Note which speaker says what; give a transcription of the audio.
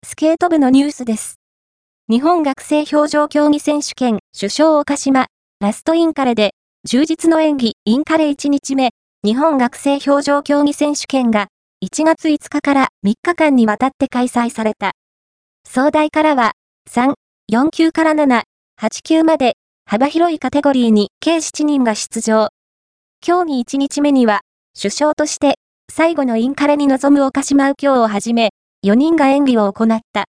Speaker 1: スケート部のニュースです。日本学生氷上競技選手権主将岡島、ラストインカレで、充実の演技、インカレ1日目、日本学生氷上競技選手権が、1月5日から3日間にわたって開催された。総大からは、3、4級から7、8級まで、幅広いカテゴリーに計7人が出場。競技1日目には、主将として、最後のインカレに臨む岡島右京をはじめ、4人が演技を行った。